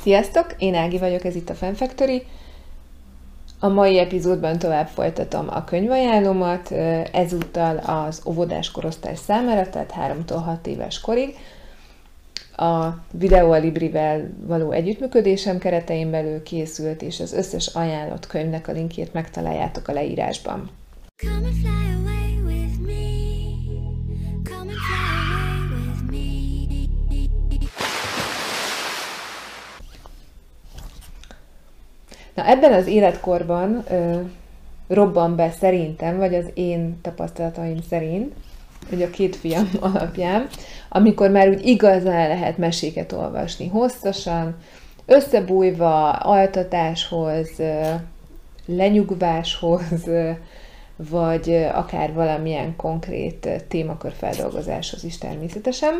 Sziasztok! Én Ági vagyok, ez itt a Fan Factory. A mai epizódban tovább folytatom a könyvajánlómat, ezúttal az óvodás korosztály számára, tehát 3-tól 6 éves korig. A Video Librivel való együttműködésem keretein belül készült, és az összes ajánlott könyvnek a linkjét megtaláljátok a leírásban. Na, ebben az életkorban robban be szerintem, vagy az én tapasztalataim szerint, hogy a 2 fiam alapján, amikor már úgy igazán lehet meséket olvasni hosszasan, összebújva, altatáshoz, lenyugváshoz, vagy akár valamilyen konkrét témakör feldolgozáshoz is természetesen.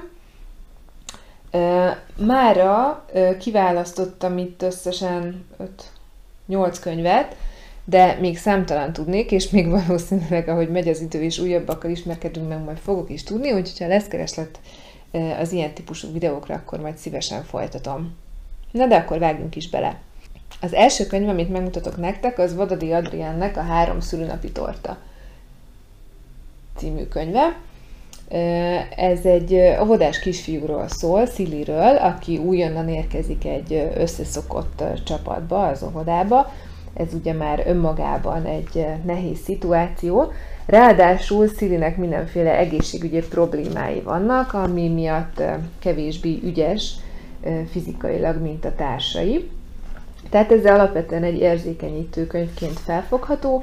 Mára kiválasztottam itt összesen 8 könyvet, de még számtalan tudnék, és még valószínűleg, ahogy megy az idő, és újabbakkal ismerkedünk, meg majd fogok is tudni, úgyhogy ha lesz kereslet az ilyen típusú videókra, akkor majd szívesen folytatom. Na de akkor vágjunk is bele. Az első könyv, amit megmutatok nektek, az Vadadi Adriánnek a 3 szülinapi torta című könyve. Ez egy óvodás kisfiúról szól, Sziliről, aki újonnan érkezik egy összeszokott csapatba, az óvodába. Ez ugye már önmagában egy nehéz szituáció. Ráadásul Szilinek mindenféle egészségügyi problémái vannak, ami miatt kevésbé ügyes fizikailag, mint a társai. Tehát ez alapvetően egy érzékenyítő könyvként felfogható.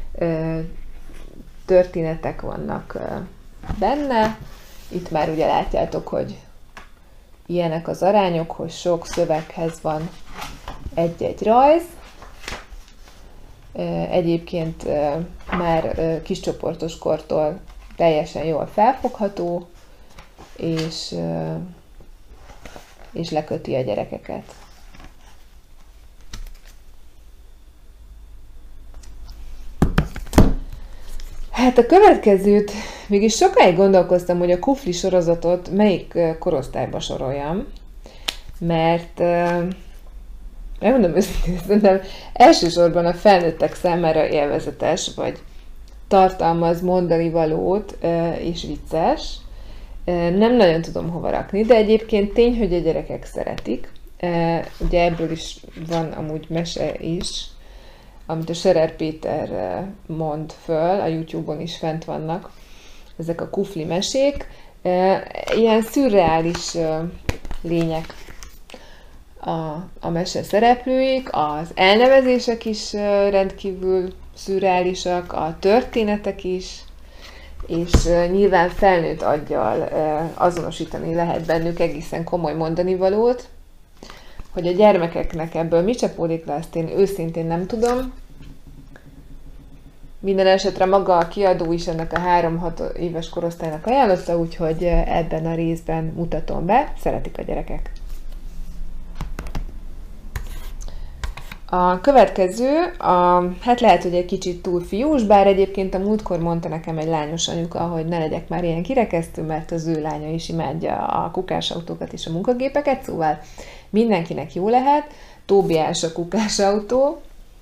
Történetek vannak benne. Itt már ugye látjátok, hogy ilyenek az arányok, hogy sok szöveghez van egy-egy rajz. Egyébként már kiscsoportos kortól teljesen jól felfogható, és leköti a gyerekeket. Hát a következőt, mégis sokáig gondolkoztam, hogy a Kufli sorozatot melyik korosztályba soroljam, mert megmondom őszintén, szerintem elsősorban a felnőttek számára élvezetes, vagy tartalmaz mondani valót, és vicces. Nem nagyon tudom hova rakni, de egyébként tény, hogy a gyerekek szeretik. Ugye ebből is van amúgy mese is, amit a Scherer Péter mond föl, a YouTube-on is fent vannak ezek a Kufli mesék. Ilyen szürreális lények a mese szereplőik, az elnevezések is rendkívül szürreálisak, a történetek is, és nyilván felnőtt aggyal azonosítani lehet bennük egészen komoly mondanivalót. Hogy a gyermekeknek ebből mi csapódik le, azt én őszintén nem tudom. Minden esetre maga a kiadó is ennek a 3-6 éves korosztálynak ajánlotta, úgyhogy ebben a részben mutatom be, szeretik a gyerekek. A következő, hát lehet, hogy egy kicsit túl fiús, bár egyébként a múltkor mondta nekem egy lányos anyuka, hogy ne legyek már ilyen kirekesztő, mert az ő lánya is imádja a kukásautókat és a munkagépeket, szóval mindenkinek jó lehet. Tóbiás a kukásautó.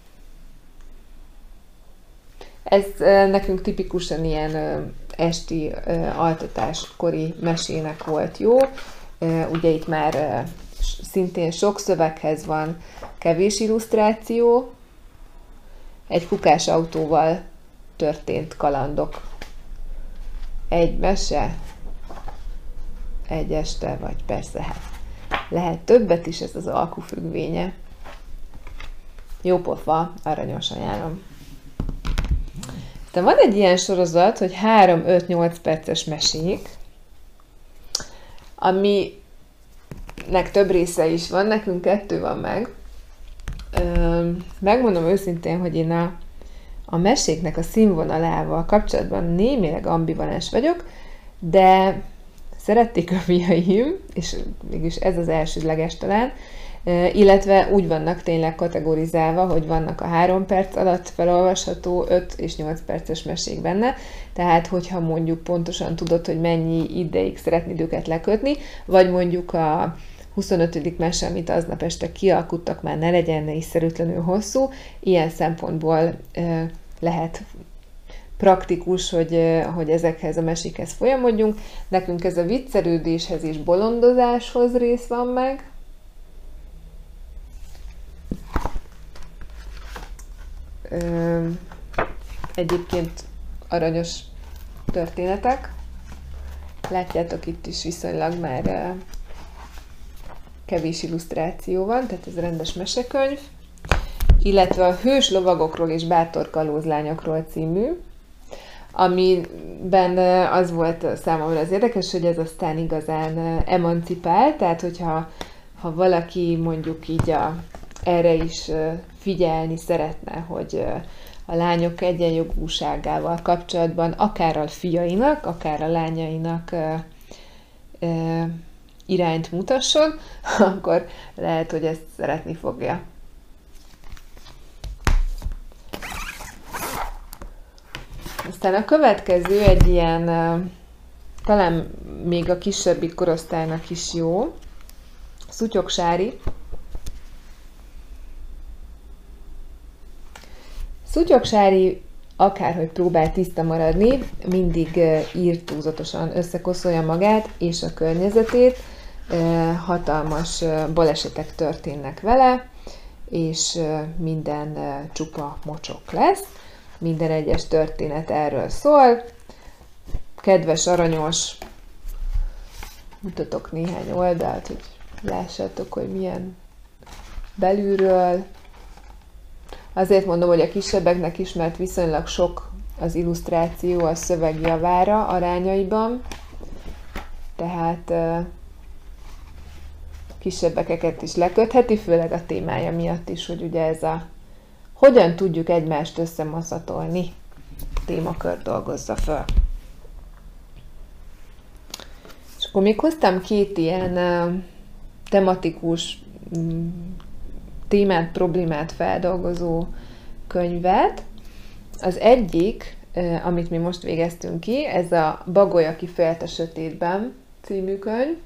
Ez nekünk tipikusan ilyen esti altatáskori mesének volt jó. Ugye itt már szintén sok szöveghez van kevés illusztráció. Egy kukásautóval történt kalandok. Egy mese, egy este, vagy persze hát lehet többet is, ez az alkufüggvénye. Jó pofa, aranyos, ajánlom. De van egy ilyen sorozat, hogy 3-5-8 perces mesék, aminek több része is van, nekünk 2 van meg. Megmondom őszintén, hogy én a meséknek a színvonalával kapcsolatban némileg ambivalens vagyok, de szerették a fiaim, és mégis ez az elsődleges talán, illetve úgy vannak tényleg kategorizálva, hogy vannak a 3 perc alatt felolvasható 5 és 8 perces mesék benne, tehát hogyha mondjuk pontosan tudod, hogy mennyi ideig szeretnéd őket lekötni, vagy mondjuk a 25. mese, amit aznap este kialkuttak, már ne legyen ízszerűtlenül hosszú. Ilyen szempontból lehet praktikus, hogy ezekhez a mesékhez folyamodjunk. Nekünk ez a viccelődéshez és bolondozáshoz rész van meg. Egyébként aranyos történetek. Látjátok, itt is viszonylag már kevés illusztráció van, tehát ez rendes mesekönyv. Illetve a Hős lovagokról és bátor kalózlányokról című, amiben az volt számomra az érdekes, hogy ez aztán igazán emancipál, tehát hogyha valaki mondjuk így erre is figyelni szeretne, hogy a lányok egyenjogúságával kapcsolatban akár a fiainak, akár a lányainak irányt mutasson, akkor lehet, hogy ezt szeretni fogja. Aztán a következő egy ilyen, talán még a kisebbik korosztálynak is jó, Szutyok Sári. Szutyok Sári akárhogy próbál tiszta maradni, mindig írtózatosan összekoszolja magát és a környezetét, hatalmas balesetek történnek vele, és minden csupa mocsok lesz. Minden egyes történet erről szól. Kedves, aranyos, mutatok néhány oldalt, hogy lássátok, hogy milyen belülről. Azért mondom, hogy a kisebbeknek is, mert viszonylag sok az illusztráció a szöveg javára arányaiban. Tehát kisebbeket is lekötheti, főleg a témája miatt is, hogy ugye ez a hogyan tudjuk egymást összemaszatolni témakört dolgozza föl. És akkor még hoztam két ilyen tematikus témát, problémát feldolgozó könyvet. Az egyik, amit mi most végeztünk ki, ez a Bagoly, aki félt a sötétben című könyv.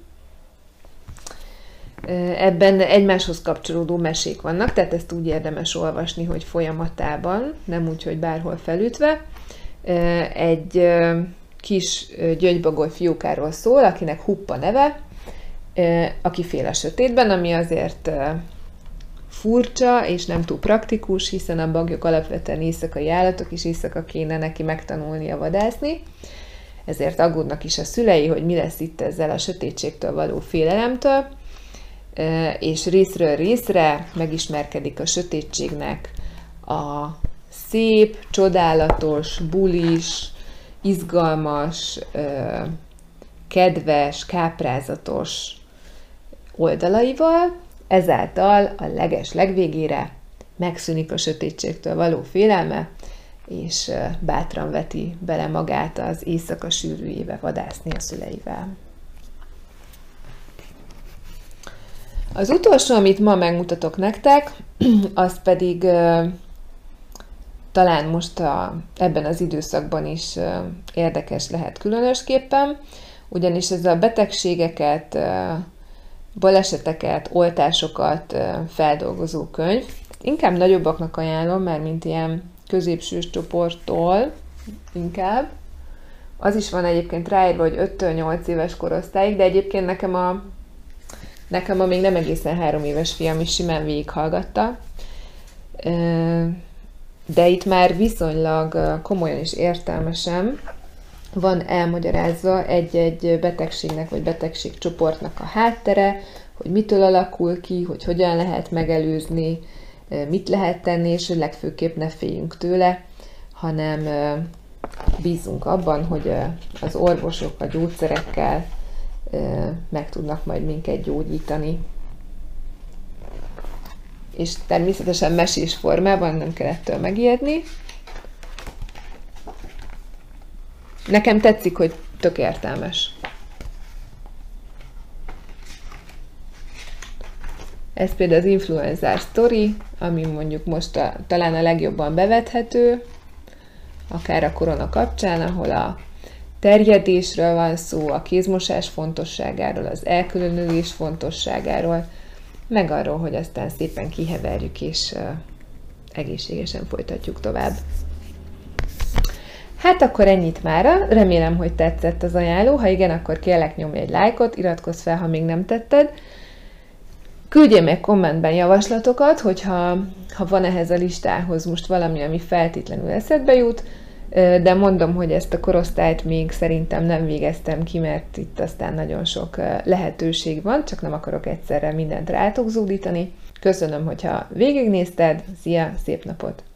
Ebben egymáshoz kapcsolódó mesék vannak, tehát ezt úgy érdemes olvasni, hogy folyamatában, nem úgy, hogy bárhol felütve. Egy kis gyöngybagoly fiókáról szól, akinek Huppa neve, aki fél a sötétben, ami azért furcsa és nem túl praktikus, hiszen a bagyok alapvetően éjszakai állatok, és éjszaka kéne neki megtanulnia vadászni. Ezért aggódnak is a szülei, hogy mi lesz itt ezzel a sötétségtől való félelemtől, és részről részre megismerkedik a sötétségnek a szép, csodálatos, bulis, izgalmas, kedves, káprázatos oldalaival, ezáltal a legvégére megszűnik a sötétségtől való félelme, és bátran veti bele magát az éjszaka sűrűjébe vadászni a szüleivel. Az utolsó, amit ma megmutatok nektek, az pedig talán most ebben az időszakban is érdekes lehet különösképpen, ugyanis ez a betegségeket, baleseteket, oltásokat feldolgozó könyv. Inkább nagyobbaknak ajánlom, mert mint ilyen középsős csoporttól inkább. Az is van egyébként ráírva, hogy 5-8 éves korosztályig, de egyébként nekem a még nem egészen 3 éves fiam is simán végighallgatta. De itt már viszonylag komolyan és értelmesen van elmagyarázva egy-egy betegségnek vagy betegségcsoportnak a háttere, hogy mitől alakul ki, hogy hogyan lehet megelőzni, mit lehet tenni, és hogy legfőképp ne féljünk tőle, hanem bízunk abban, hogy az orvosok a gyógyszerekkel meg tudnak majd minket gyógyítani. És természetesen mesés formában, nem kell ettől megijedni. Nekem tetszik, hogy tök értelmes. Ez például az influenzás sztori, ami mondjuk most talán a legjobban bevethető, akár a korona kapcsán, ahol a terjedésről van szó, a kézmosás fontosságáról, az elkülönülés fontosságáról, meg arról, hogy aztán szépen kiheverjük, és egészségesen folytatjuk tovább. Hát akkor ennyit mára, remélem, hogy tetszett az ajánló, ha igen, akkor kérlek nyomj egy lájkot, iratkozz fel, ha még nem tetted. Küldjél meg kommentben javaslatokat, hogyha van ehhez a listához most valami, ami feltétlenül eszedbe jut, de mondom, hogy ezt a korosztályt még szerintem nem végeztem ki, mert itt aztán nagyon sok lehetőség van, csak nem akarok egyszerre mindent rátok zúdítani. Köszönöm, hogyha végignézted, szia, szép napot!